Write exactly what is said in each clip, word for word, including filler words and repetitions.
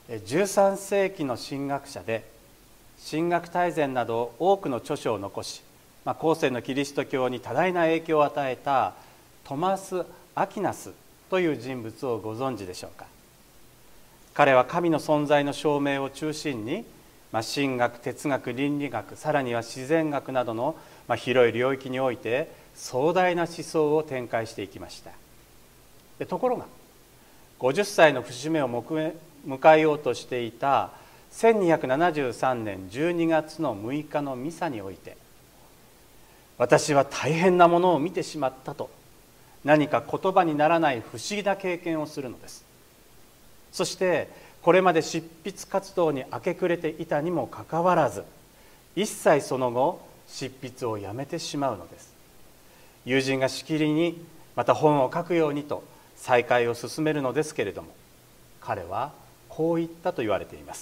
じゅうさんせいきの神学者で神学大全など多くの著書を残し、まあ、後世のキリスト教に多大な影響を与えたトマス・アキナスという人物をご存知でしょうか。彼は神の存在の証明を中心に、まあ、神学、哲学、倫理学、さらには自然学などの、まあ、広い領域において壮大な思想を展開していきました。でところがごじゅっさいの節目を迎えようとしていたせんにひゃくななじゅうさんねんじゅうにがつのむいかのミサにおいて、私は大変なものを見てしまったと、何か言葉にならない不思議な経験をするのです。そしてこれまで執筆活動に明け暮れていたにもかかわらず、一切その後執筆をやめてしまうのです。友人がしきりにまた本を書くようにと再開を進めるのですけれども、彼はこう言ったと言われています。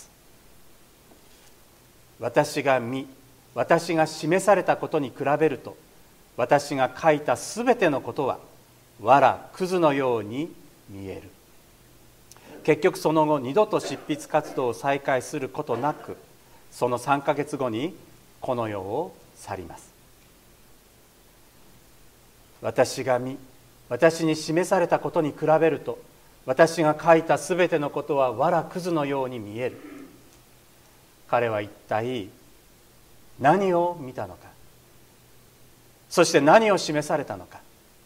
私が見、私が示されたことに比べると、私が書いたすべてのことは藁くずのように見える。結局その後二度と執筆活動を再開することなく、そのさんかげつごにこの世を去ります。私が見、私に示されたことに比べると、私が書いたすべてのことは藁くずのように見える。彼は一体何を見たのか、そして何を示されたのか。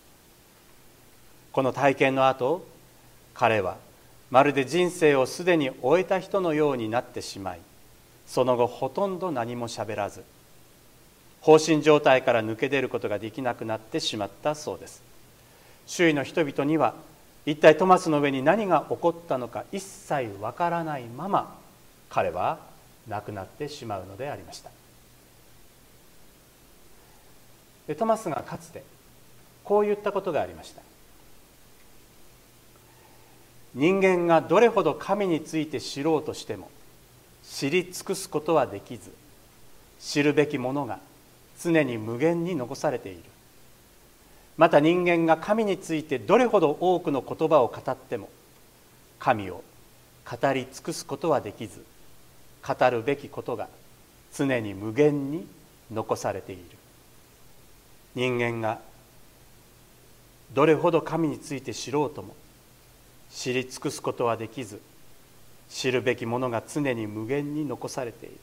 この体験の後、彼はまるで人生をすでに終えた人のようになってしまい、その後ほとんど何もしゃべらず、放心状態から抜け出ることができなくなってしまったそうです。周囲の人々には一体トマスの上に何が起こったのか一切わからないまま、彼は亡くなってしまうのでありました。でトマスがかつてこう言ったことがありました。人間がどれほど神について知ろうとしても知り尽くすことはできず、知るべきものが常に無限に残されている。また人間が神についてどれほど多くの言葉を語っても神を語り尽くすことはできず、語るべきことが常に無限に残されている。人間がどれほど神について知ろうとも知り尽くすことはできず、知るべきものが常に無限に残されている。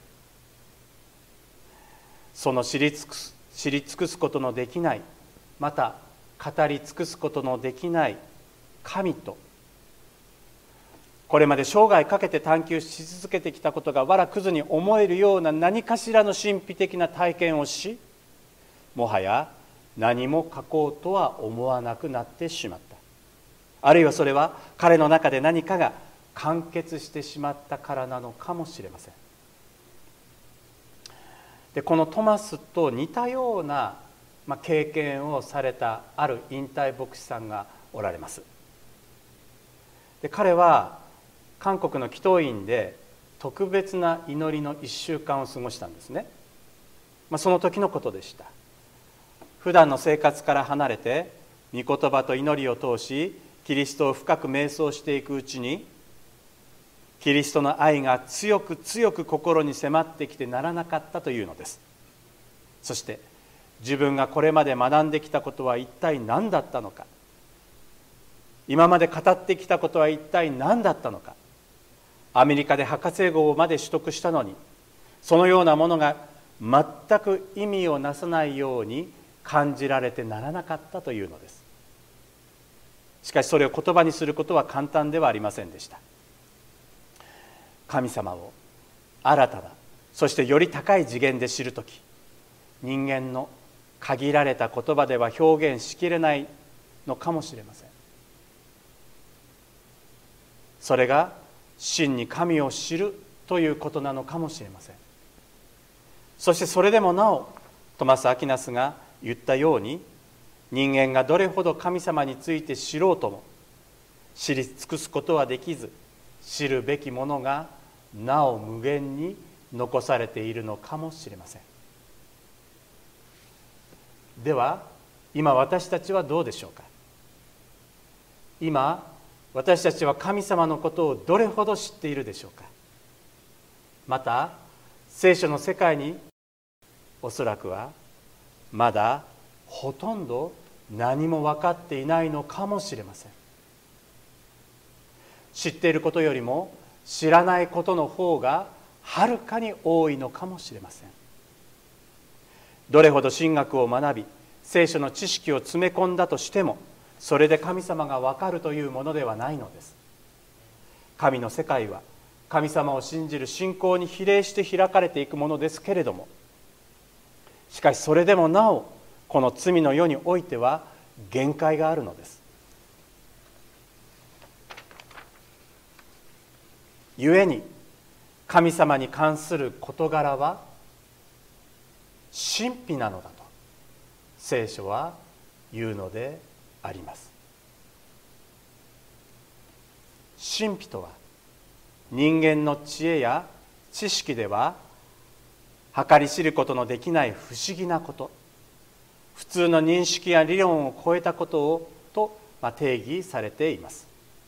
その知り尽くす、知り尽くすことのできない、また語り尽くすことのできない神と、これまで生涯かけて探求し続けてきたことが藁くずに思えるような何かしらの神秘的な体験をし、もはや何も書こうとは思わなくなってしまった。あるいはそれは彼の中で何かが完結してしまったからなのかもしれません。でこのトマスと似たような、まあ、経験をされたある引退牧師さんがおられます。で彼は韓国の祈祷院で特別な祈りのいっしゅうかんを過ごしたんですね。まあ、その時のことでした。普段の生活から離れて御言葉と祈りを通しキリストを深く瞑想していくうちに、キリストの愛が強く強く心に迫ってきてならなかったというのです。そして自分がこれまで学んできたことは一体何だったのか、今まで語ってきたことは一体何だったのか、アメリカで博士号まで取得したのに、そのようなものが全く意味をなさないように感じられてならなかったというのです。しかしそれを言葉にすることは簡単ではありませんでした。神様を新たな、そしてより高い次元で知るとき、人間の限られた言葉では表現しきれないのかもしれません。それが真に神を知るということなのかもしれません。そしてそれでもなおトマス・アキナスが言ったように、人間がどれほど神様について知ろうとも知り尽くすことはできず、知るべきものがなお無限に残されているのかもしれません。では今私たちはどうでしょうか。今私たちは神様のことをどれほど知っているでしょうか。また聖書の世界におそらくはまだほとんど何も分かっていないのかもしれません。知っていることよりも知らないことの方がはるかに多いのかもしれません。どれほど神学を学び聖書の知識を詰め込んだとしても、それで神様が分かるというものではないのです。神の世界は神様を信じる信仰に比例して開かれていくものですけれども、しかしそれでもなおこの罪の世においては限界があるのです。故に神様に関する事柄は神秘なのだと聖書は言うのであります。神秘とは人間の知恵や知識では計り知ることのできない不思議なこと、普通の認識や理論を超えたことをと定義されています。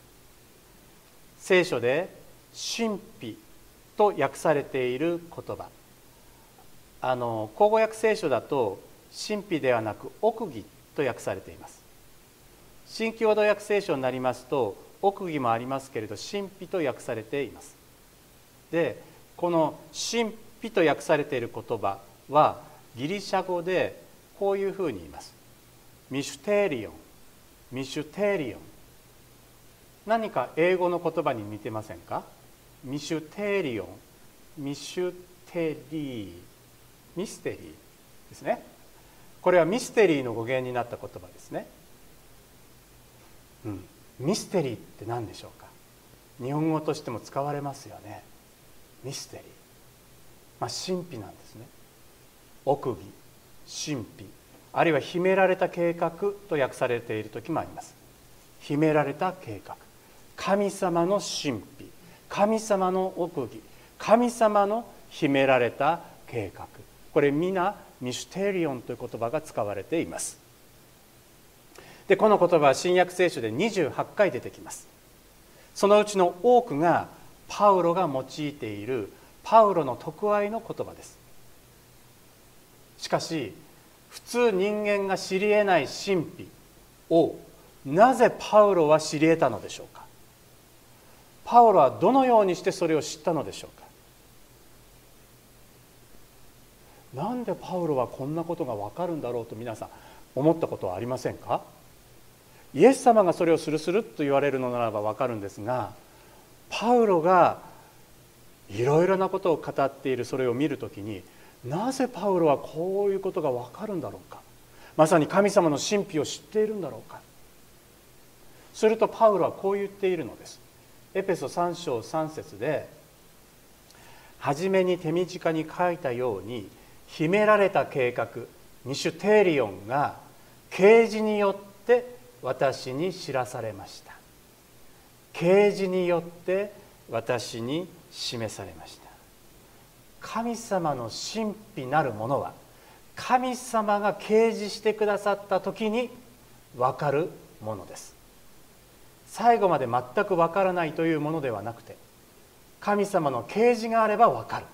聖書で神秘と訳されている言葉、あの口語訳聖書だと神秘ではなく奥義と訳されています。新共同訳聖書になりますと奥義もありますけれど神秘と訳されています。でこの神秘と訳されている言葉はギリシャ語でこういうふうに言います。ミシュテリオン、ミシュテリオン。何か英語の言葉に似てませんか？ミシュテリオン、ミシュテリー、ミステリーですね。これはミステリーの語源になった言葉ですね。うん、ミステリーって何でしょうか。日本語としても使われますよね。ミステリー、まあ、神秘なんですね。奥義、神秘、あるいは秘められた計画と訳されている時もあります。秘められた計画、神様の神秘、神様の奥義、神様の秘められた計画、これ皆ミシュテリオンという言葉が使われています。でこの言葉は新約聖書でにじゅうはちかい出てきます。そのうちの多くがパウロが用いているパウロの徳愛の言葉です。しかし普通人間が知り得ない神秘をなぜパウロは知り得たのでしょうか。パウロはどのようにしてそれを知ったのでしょうか。なんでパウロはこんなことが分かるんだろうと皆さん思ったことはありませんか。イエス様がそれをするすると言われるのならば分かるんですが、パウロがいろいろなことを語っているそれを見るときに、なぜパウロはこういうことが分かるんだろうか。まさに神様の神秘を知っているんだろうか。するとパウロはこう言っているのです。エペソさん章さん節で、初めに手短に書いたように秘められた計画ミシュテリオンが啓示によって私に知らされました。啓示によって私に示されました。神様の神秘なるものは神様が啓示してくださった時に分かるものです。最後まで全く分からないというものではなくて、神様の啓示があれば分かる。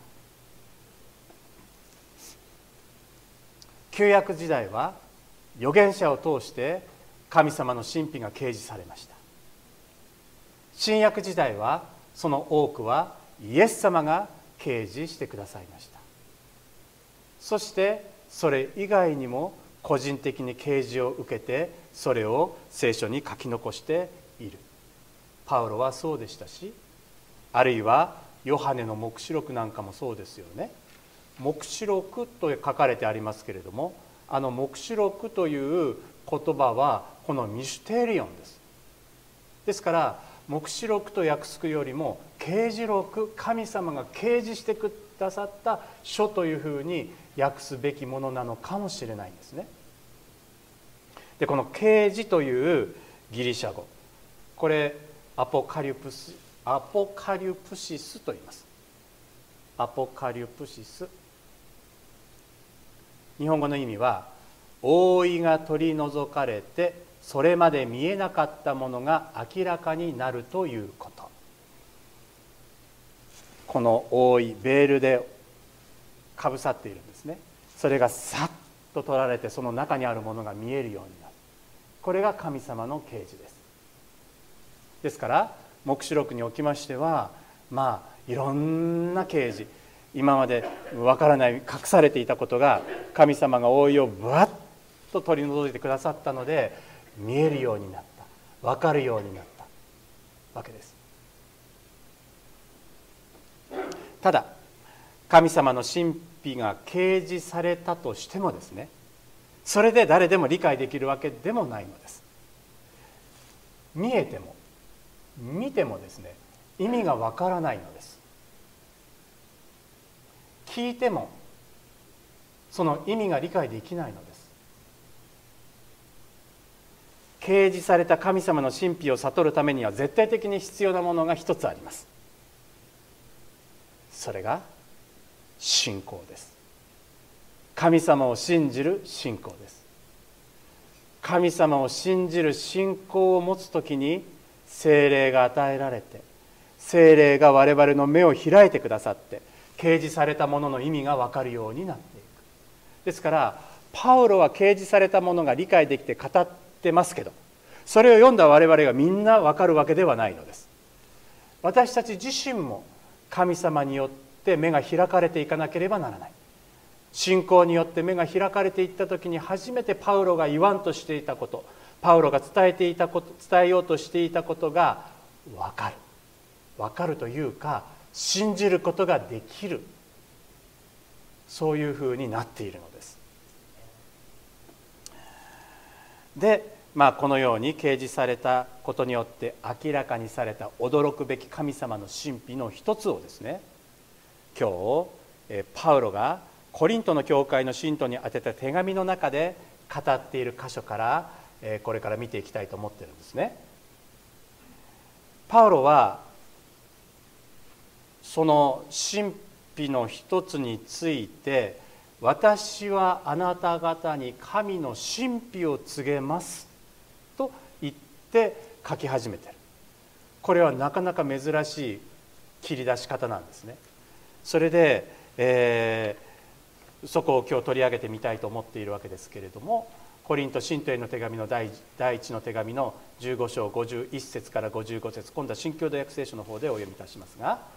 旧約時代は預言者を通して神様の神秘が啓示されました。新約時代はその多くはイエス様が啓示してくださいました。そしてそれ以外にも個人的に啓示を受けてそれを聖書に書き残している。パウロはそうでしたし、あるいはヨハネの黙示録なんかもそうですよね。黙示録と書かれてありますけれども、あの黙示録という言葉はこのミシュテリオンです。ですから黙示録と訳すよりも啓示録、神様が啓示してくださった書というふうに訳すべきものなのかもしれないんですね。でこの啓示というギリシャ語、これアポカリプスアポカリプシスと言います。アポカリプシス、日本語の意味は覆いが取り除かれてそれまで見えなかったものが明らかになるということ。この覆いベールでかぶさっているんですね。それがさっと取られて、その中にあるものが見えるようになる。これが神様の啓示です。ですから黙示録におきましては、まあいろんな啓示、今までわからない隠されていたことが、神様が覆いをぶわっと取り除いてくださったので、見えるようになった、わかるようになったわけです。ただ神様の神秘が掲示されたとしてもですね、それで誰でも理解できるわけでもないのです。見えても見てもですね、意味がわからないのです。聞いてもその意味が理解できないのです。掲示された神様の神秘を悟るためには絶対的に必要なものが一つあります。それが信仰です。神様を信じる信仰です。神様を信じる信仰を持つときに、聖霊が与えられて、聖霊が我々の目を開いてくださって、掲示されたものの意味が分かるようになっていく。ですからパウロは掲示されたものが理解できて語ってますけど、それを読んだ我々がみんな分かるわけではないのです。私たち自身も神様によって目が開かれていかなければならない。信仰によって目が開かれていった時に、初めてパウロが言わんとしていたこと、パウロが伝えていたこと、伝えようとしていたことが分かる。分かるというか、信じることができる、そういうふうになっているのです。で、まあ、このように掲示されたことによって明らかにされた驚くべき神様の神秘の一つをですね、今日パウロがコリントの教会の信徒に宛てた手紙の中で語っている箇所からこれから見ていきたいと思っているんですね。パウロはその神秘の一つについて、私はあなた方に神の神秘を告げますと言って書き始めている。これはなかなか珍しい切り出し方なんですね。それで、えー、そこを今日取り上げてみたいと思っているわけですけれども、コリント信徒への手紙の第一の手紙のじゅうご章ごじゅういち節からごじゅうご節、今度は新共同訳聖書の方でお読みいたしますが、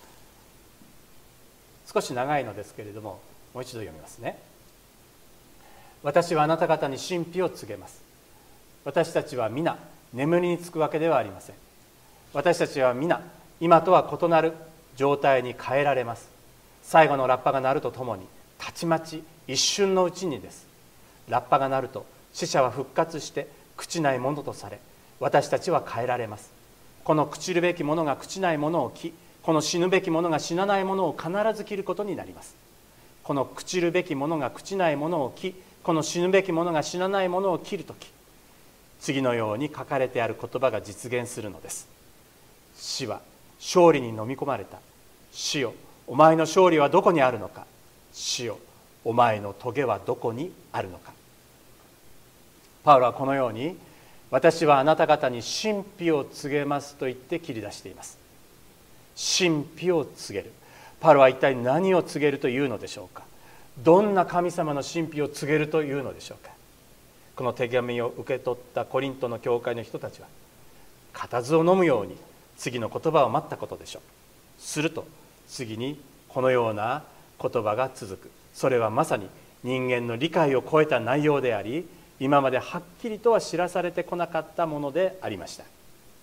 少し長いのですけれども、もう一度読みますね。私はあなた方に神秘を告げます。私たちは皆眠りにつくわけではありません。私たちは皆今とは異なる状態に変えられます。最後のラッパが鳴るとともに、たちまち一瞬のうちにです。ラッパが鳴ると死者は復活して朽ちないものとされ、私たちは変えられます。この朽ちるべきものが朽ちないものを着、この死ぬべきものが死なないものを必ず着ることになります。この朽ちるべきものが朽ちないものを着、この死ぬべきものが死なないものを着るとき、次のように書かれてある言葉が実現するのです。死は勝利に飲み込まれた。死よ、お前の勝利はどこにあるのか。死よ、お前の棘はどこにあるのか。パウロはこのように、私はあなた方に神秘を告げますと言って切り出しています。神秘を告げる。パウロは一体何を告げるというのでしょうか。どんな神様の神秘を告げるというのでしょうか。この手紙を受け取ったコリントの教会の人たちは、固唾を飲むように次の言葉を待ったことでしょう。すると次にこのような言葉が続く。それはまさに人間の理解を超えた内容であり、今まではっきりとは知らされてこなかったものでありました。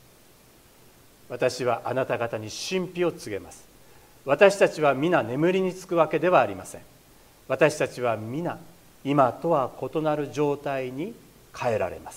私はあなた方に神秘を告げます。私たちは皆眠りにつくわけではありません。私たちは皆今とは異なる状態に変えられます。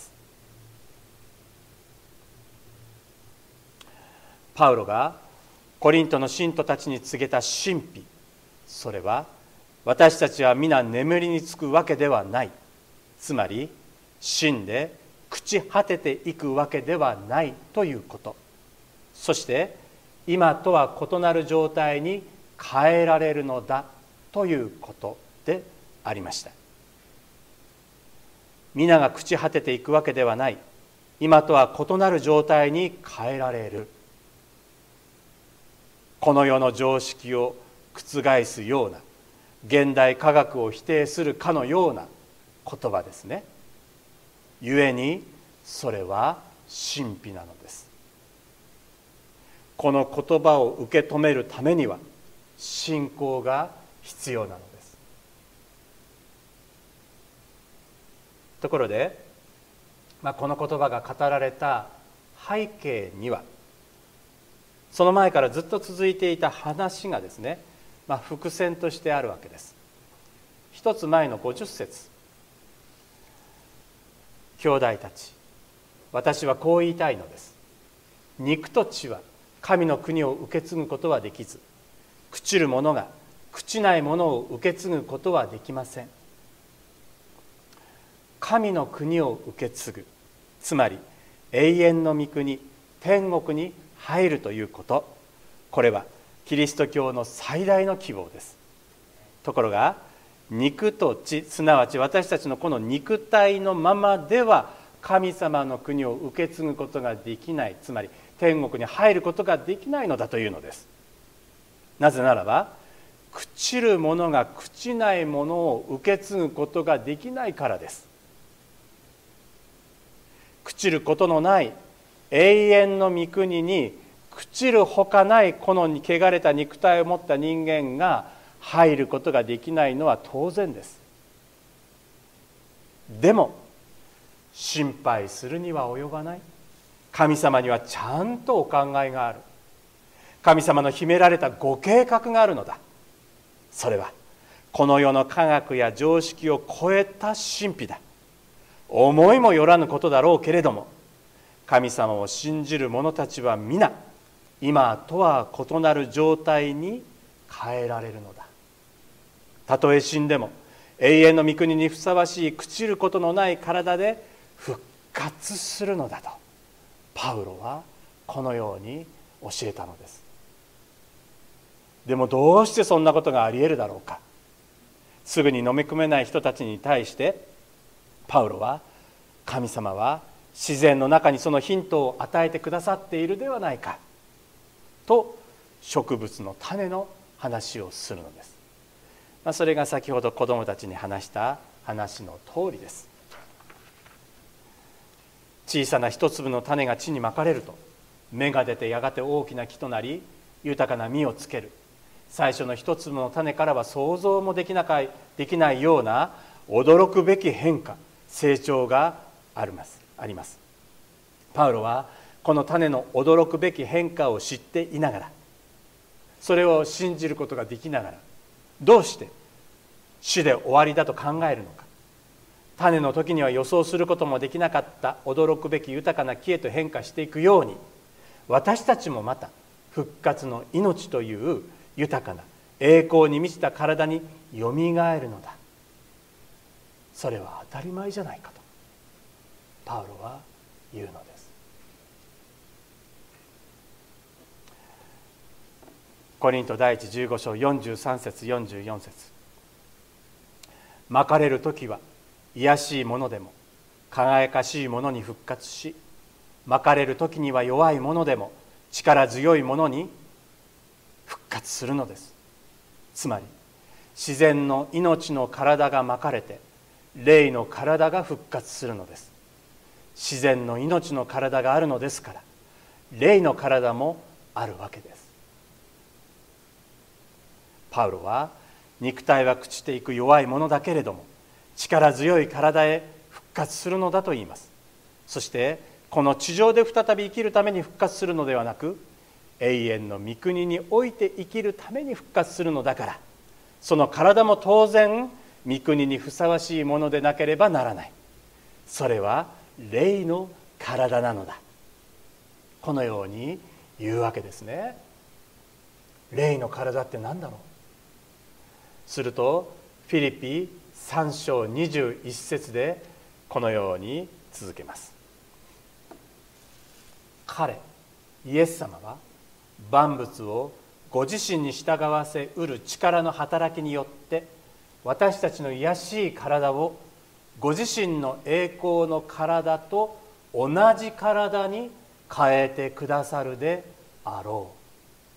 パウロがコリントの信徒たちに告げた神秘、それは私たちは皆眠りにつくわけではない、つまり死んで朽ち果てていくわけではないということ、そして今とは異なる状態に変えられるのだということでありました。 皆が朽ち果てていくわけではない。今とは異なる状態に変えられる。この世の常識を覆すような、現代科学を否定するかのような言葉ですね。故にそれは神秘なのです。この言葉を受け止めるためには信仰が必要なのです。ところで、まあ、この言葉が語られた背景には、その前からずっと続いていた話がですね、まあ、伏線としてあるわけです。一つ前のごじゅっ節、兄弟たち、私はこう言いたいのです。肉と血は神の国を受け継ぐことはできず、朽ちるものが朽ちないものを受け継ぐことはできません。神の国を受け継ぐ、つまり永遠の御国、天国に入るということ、これはキリスト教の最大の希望です。ところが肉と血、すなわち私たちのこの肉体のままでは神様の国を受け継ぐことができない、つまり天国に入ることができないのだというのです。なぜならば、朽ちるものが朽ちないものを受け継ぐことができないからです。朽ちることのない永遠の御国に朽ちるほかないこの汚れた肉体を持った人間が入ることができないのは当然です。でも心配するには及ばない。神様にはちゃんとお考えがある。神様の秘められたご計画があるのだ。それはこの世の科学や常識を超えた神秘だ。思いもよらぬことだろうけれども、神様を信じる者たちは皆今とは異なる状態に変えられるのだ。たとえ死んでも永遠の御国にふさわしい朽ちることのない体で復活するのだとパウロはこのように教えたのです。でもどうしてそんなことがあり得るだろうか。すぐに飲み込めない人たちに対してパウロは、神様は自然の中にそのヒントを与えてくださっているではないかと植物の種の話をするのです。まあ、それが先ほど子どもたちに話した話の通りです。小さな一粒の種が地にまかれると芽が出てやがて大きな木となり豊かな実をつける。最初の一粒の種からは想像もできなかいできないような驚くべき変化、成長があります。あります。パウロはこの種の驚くべき変化を知っていながら、それを信じることができながら、どうして死で終わりだと考えるのか。種の時には予想することもできなかった驚くべき豊かな木へと変化していくように、私たちもまた復活の命という豊かな栄光に満ちた体によみがえるのだ。それは当たり前じゃないかとパウロは言うのです。コリント第一じゅうご章よんじゅうさん節よんじゅうよん節、まかれる時は卑しいものでも輝かしいものに復活し、まかれる時には弱いものでも力強いものに復活するのです。つまり自然の命の体がまかれて霊の体が復活するのです。自然の命の体があるのですから、霊の体もあるわけです。パウロは肉体は朽ちていく弱いものだけれども力強い体へ復活するのだと言います。そしてこの地上で再び生きるために復活するのではなく、永遠の御国において生きるために復活するのだから、その体も当然御国にふさわしいものでなければならない。それは霊の体なのだ。このように言うわけですね。霊の体って何だろう。するとフィリピさん章にじゅういち節でこのように続けます。彼イエス様は万物をご自身に従わせうる力の働きによって私たちの卑しい体をご自身の栄光の体と同じ体に変えてくださるであろう。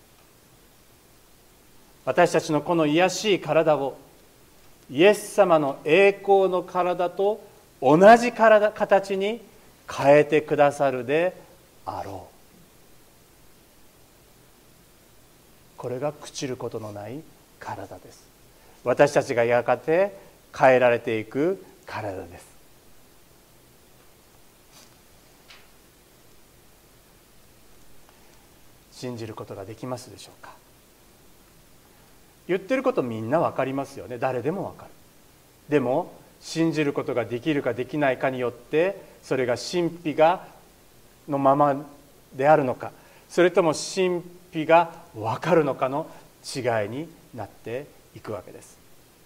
私たちのこの卑しい体をイエス様の栄光の体と同じ体形に変えてくださるであろう。これが朽ちることのない体です。私たちがやがて変えられていく体です。信じることができますでしょうか。言ってることみんな分かりますよね。誰でも分かる。でも信じることができるかできないかによってそれが神秘がのままであるのか、それとも神秘が分かるのかの違いになっていくわけです。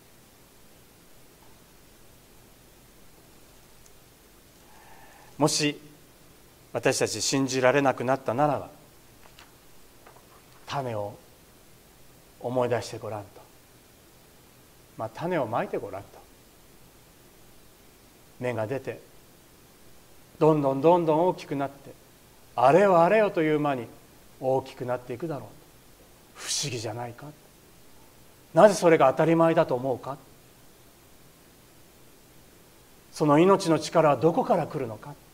もし私たち信じられなくなったならば、種を思い出してごらんと、まあ、種をまいてごらんと、芽が出てどんどんどんどん大きくなって、あれよあれよという間に大きくなっていくだろう。不思議じゃないか。なぜそれが当たり前だと思うか。その命の力はどこから来るのか。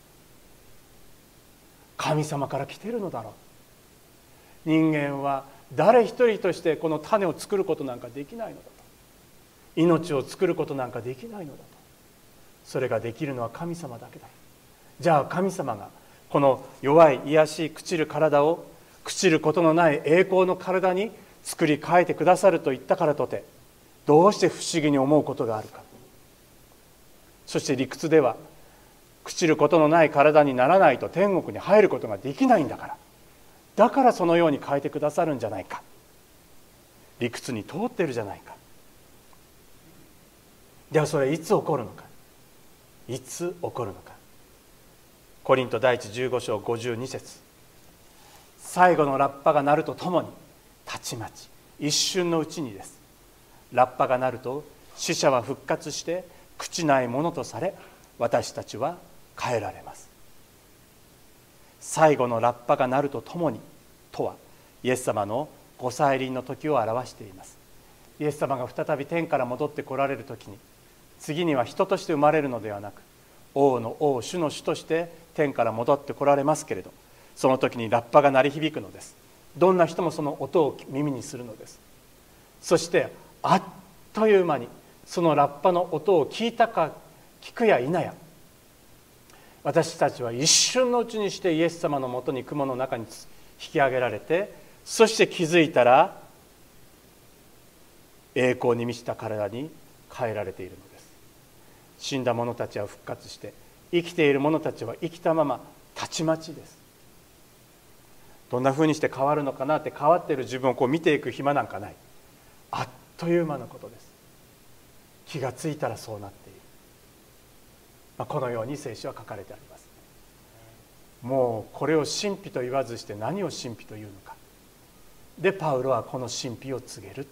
神様から来ているのだろう。人間は誰一人としてこの種を作ることなんかできないのだと。命を作ることなんかできないのだと。それができるのは神様だけだ。じゃあ神様がこの弱い卑しい朽ちる体を朽ちることのない栄光の体に作り変えてくださると言ったからとて、どうして不思議に思うことがあるか。そして理屈では朽ちることのない体にならないと天国に入ることができないんだから、だからそのように変えてくださるんじゃないか。理屈に通ってるじゃないか。ではそれいつ起こるのか。いつ起こるのか。コリント第一じゅうご章ごじゅうに節、最後のラッパが鳴るとともに、たちまち一瞬のうちにです。ラッパが鳴ると死者は復活して朽ちないものとされ、私たちは変えられます。最後のラッパが鳴るとともにとは、イエス様のご再臨の時を表しています。イエス様が再び天から戻って来られる時に、次には人として生まれるのではなく、王の王、主の主として天から戻って来られますけれど、その時にラッパが鳴り響くのです。どんな人もその音を耳にするのです。そしてあっという間にそのラッパの音を聞いたか聞くや否や、私たちは一瞬のうちにしてイエス様のもとに雲の中に引き上げられて、そして気づいたら栄光に満ちた体に変えられているのです。死んだ者たちは復活して、生きている者たちは生きたままたちまちです。どんなふうにして変わるのかなって、変わっている自分をこう見ていく暇なんかない。あっという間のことです。気がついたらそうなっている、まあ、このように聖書は書かれてあります。もうこれを神秘と言わずして何を神秘というのか。でパウロはこの神秘を告げる。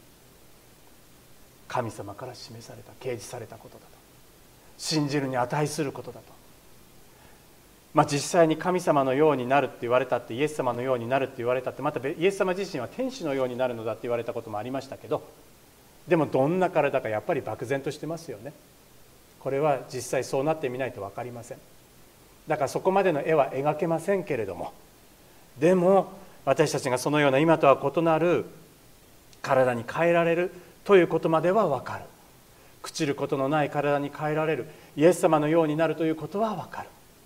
神様から示された、掲示されたことだと、信じるに値することだと。まあ実際に神様のようになるって言われたって、イエス様のようになるって言われたって、またイエス様自身は天使のようになるのだって言われたこともありましたけど、でもどんな体かやっぱり漠然としてますよね。これは実際そうなってみないと分かりません。だからそこまでの絵は描けませんけれども、でも私たちがそのような今とは異なる体に変えられるということまでは分かる。朽ちることのない体に変えられる、イエス様のようになるということは分かる。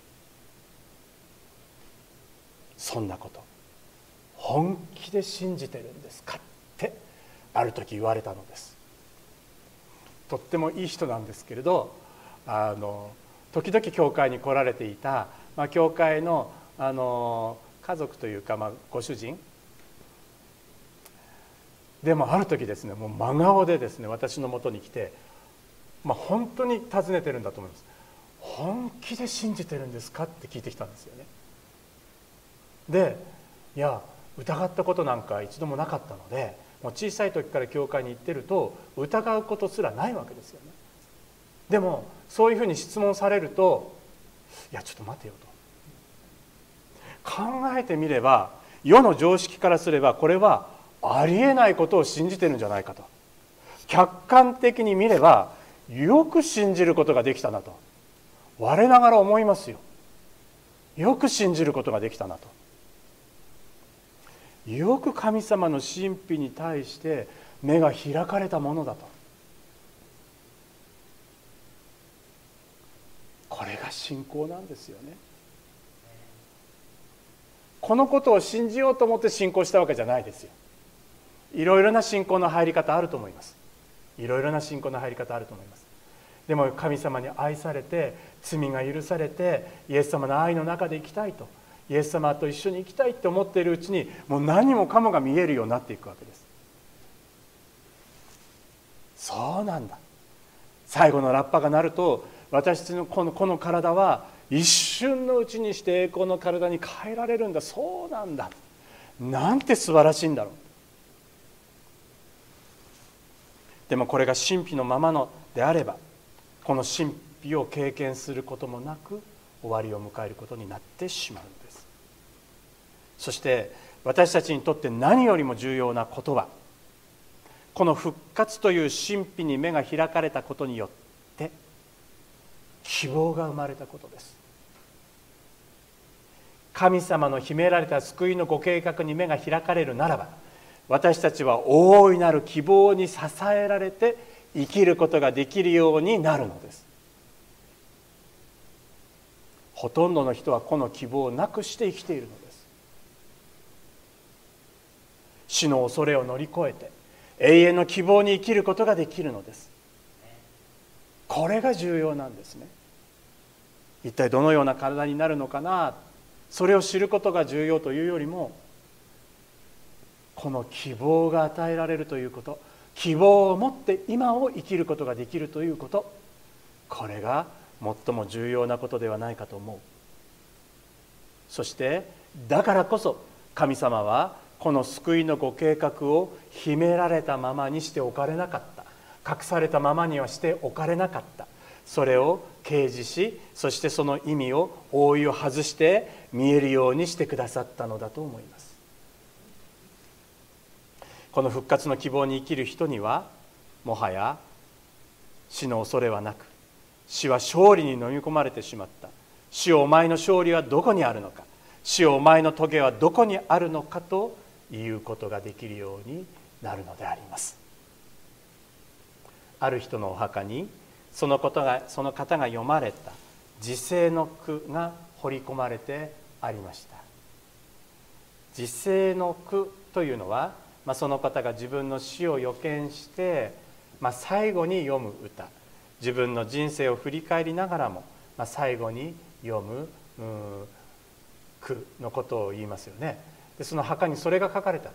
そんなこと本気で信じてるんですかってある時言われたのです。とってもいい人なんですけれど、あの時々教会に来られていた、まあ、教会の、あの家族というか、まあ、ご主人でもある時ですね、もう真顔でですね私のもとに来て、まあ、本当に尋ねてるんだと思います。本気で信じてるんですかって聞いてきたんですよね。で、いや疑ったことなんか一度もなかったので、もう小さい時から教会に行ってると疑うことすらないわけですよね。でもそういうふうに質問されると、いやちょっと待てよと、考えてみれば世の常識からすればこれはありえないことを信じてるんじゃないかと、客観的に見ればよく信じることができたなと我ながら思いますよ。よく信じることができたなと。よく神様の神秘に対して目が開かれたものだと。これが信仰なんですよね。このことを信じようと思って信仰したわけじゃないですよ。いろいろな信仰の入り方あると思います。いろいろな信仰の入り方あると思います。でも神様に愛されて罪が許されてイエス様の愛の中で生きたいと、イエス様と一緒に生きたいと思っているうちにもう何もかもが見えるようになっていくわけです。そうなんだ、最後のラッパが鳴ると私たちのこの、この体は一瞬のうちにして栄光の体に変えられるんだ。そうなんだ、なんて素晴らしいんだろう。でもこれが神秘のままのであれば、この神秘を経験することもなく終わりを迎えることになってしまうんです。そして私たちにとって何よりも重要なことは、この復活という神秘に目が開かれたことによって希望が生まれたことです。神様の秘められた救いのご計画に目が開かれるならば、私たちは大いなる希望に支えられて生きることができるようになるのです。ほとんどの人はこの希望をなくして生きているのです。死の恐れを乗り越えて永遠の希望に生きることができるのです。これが重要なんですね。一体どのような体になるのかな、それを知ることが重要というよりも、この希望が与えられるということ、希望を持って今を生きることができるということ、これが最も重要なことではないかと思う。そしてだからこそ神様はこの救いのご計画を秘められたままにしておかれなかった、隠されたままにはしておかれなかった。それを掲示し、そしてその意味を覆いを外して見えるようにしてくださったのだと思います。この復活の希望に生きる人にはもはや死の恐れはなく、死は勝利に飲み込まれてしまった。死よお前の勝利はどこにあるのか、死よお前の棘はどこにあるのかということができるようになるのであります。ある人のお墓にそのことがその方が読まれた辞世の句が彫り込まれてありました。辞世の句というのは、まあ、その方が自分の死を予見して、まあ、最後に読む歌、自分の人生を振り返りながらも、まあ、最後に読む句のことを言いますよね。でその墓にそれが書かれてあった。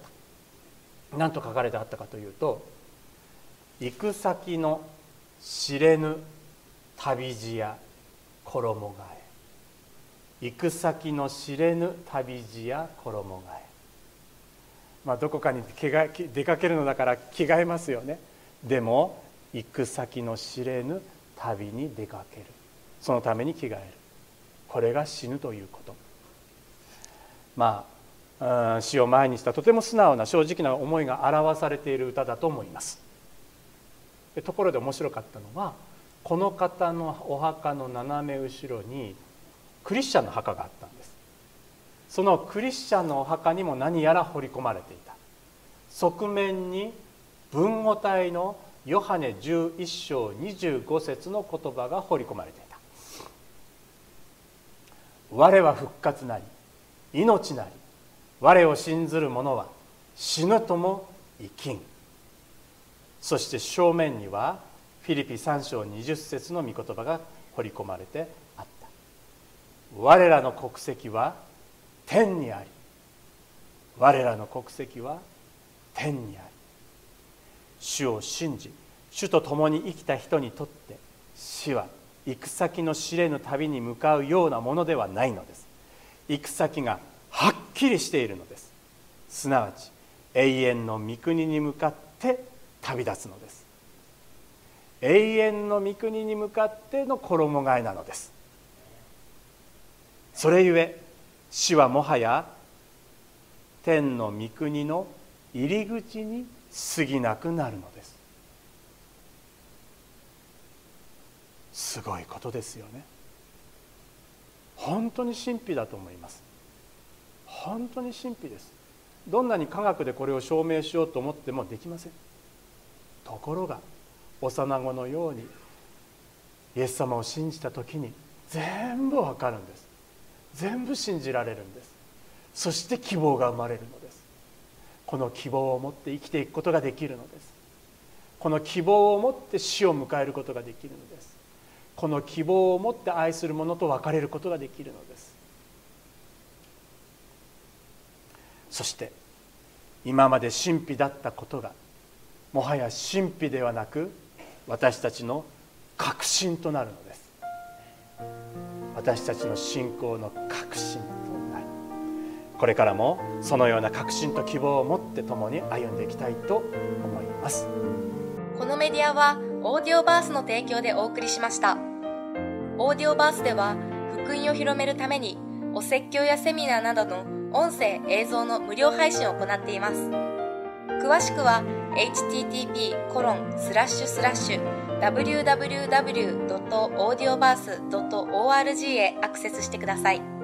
何と書かれてあったかというと、行く先の知れぬ旅路や衣替え、行く先の知れぬ旅路や衣替え、まあ、どこかに出かけるのだから着替えますよね。でも行く先の知れぬ旅に出かける、そのために着替える、これが死ぬということ。まあ死を前にしたとても素直な正直な思いが表されている歌だと思います。ところで面白かったのは、この方のお墓の斜め後ろにクリスチャンの墓があったんです。そのクリスチャンのお墓にも何やら彫り込まれていた。側面に文語体のヨハネじゅういっ章にじゅうご節の言葉が彫り込まれていた。我は復活なり命なり、我を信ずる者は死ぬとも生きん。そして正面にはフィリピさん章にじゅう節の御言葉が彫り込まれてあった。我らの国籍は天にあり、我らの国籍は天にあり。主を信じ主と共に生きた人にとって死は行く先の知れぬ旅に向かうようなものではないのです。行く先がはっきりしているのです。すなわち永遠の御国に向かって旅立つのです。 永遠の御国に向かっての衣替えなのです。それゆえ死はもはや天の御国の入り口に過ぎなくなるのです。すごいことですよね。本当に神秘だと思います。本当に神秘です。どんなに科学でこれを証明しようと思ってもできません。ところが幼子のようにイエス様を信じた時に全部わかるんです。全部信じられるんです。そして希望が生まれるのです。この希望を持って生きていくことができるのです。この希望を持って死を迎えることができるのです。この希望を持って愛する者と別れることができるのです。そして今まで神秘だったことがもはや神秘ではなく私たちの確信となるのです。私たちの信仰の確信となる。これからもそのような確信と希望を持って共に歩んでいきたいと思います。 このメディアはオーディオバースの提供でお送りしました。オーディオバースでは福音を広めるためにお説教やセミナーなどの音声映像の無料配信を行っています。詳しくは エイチティーティーピーコロンスラッシュスラッシュダブリューダブリューダブリュードットオーディオバースドットオーアールジー へアクセスしてください。